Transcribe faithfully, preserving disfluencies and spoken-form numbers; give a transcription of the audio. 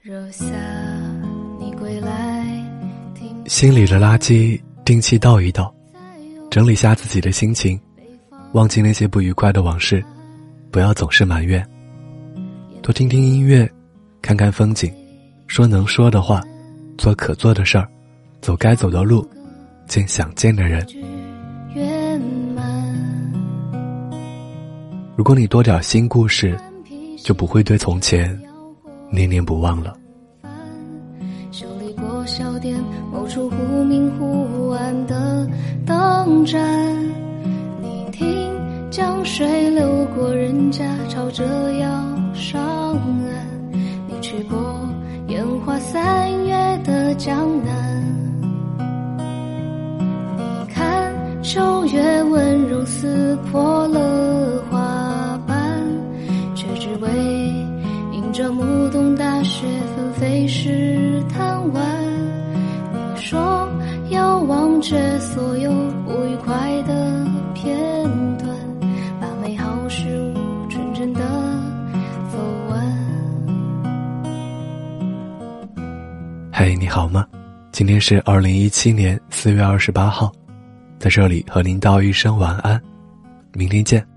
惹下你归来， 心里的垃圾定期倒一倒，整理下自己的心情，忘记那些不愉快的往事，不要总是埋怨，多听听音乐，看看风景，说能说的话，做可做的事儿，走该走的路，见想见的人。如果你多点新故事，就不会对从前念念不忘了。 修理过小店某处忽明忽暗的灯盏，你听江水流过人家，朝着要上岸。你去过烟花三月的江南，你看秋月温柔撕破了花瓣，却只为迎着暮冬大雪纷飞时贪玩。你说要忘却所有不愉快的片段，把美好事物纯真的走完。 嘿，你好吗？今天是二零一七年四月二十八号，在这里和您道一声晚安，明天见。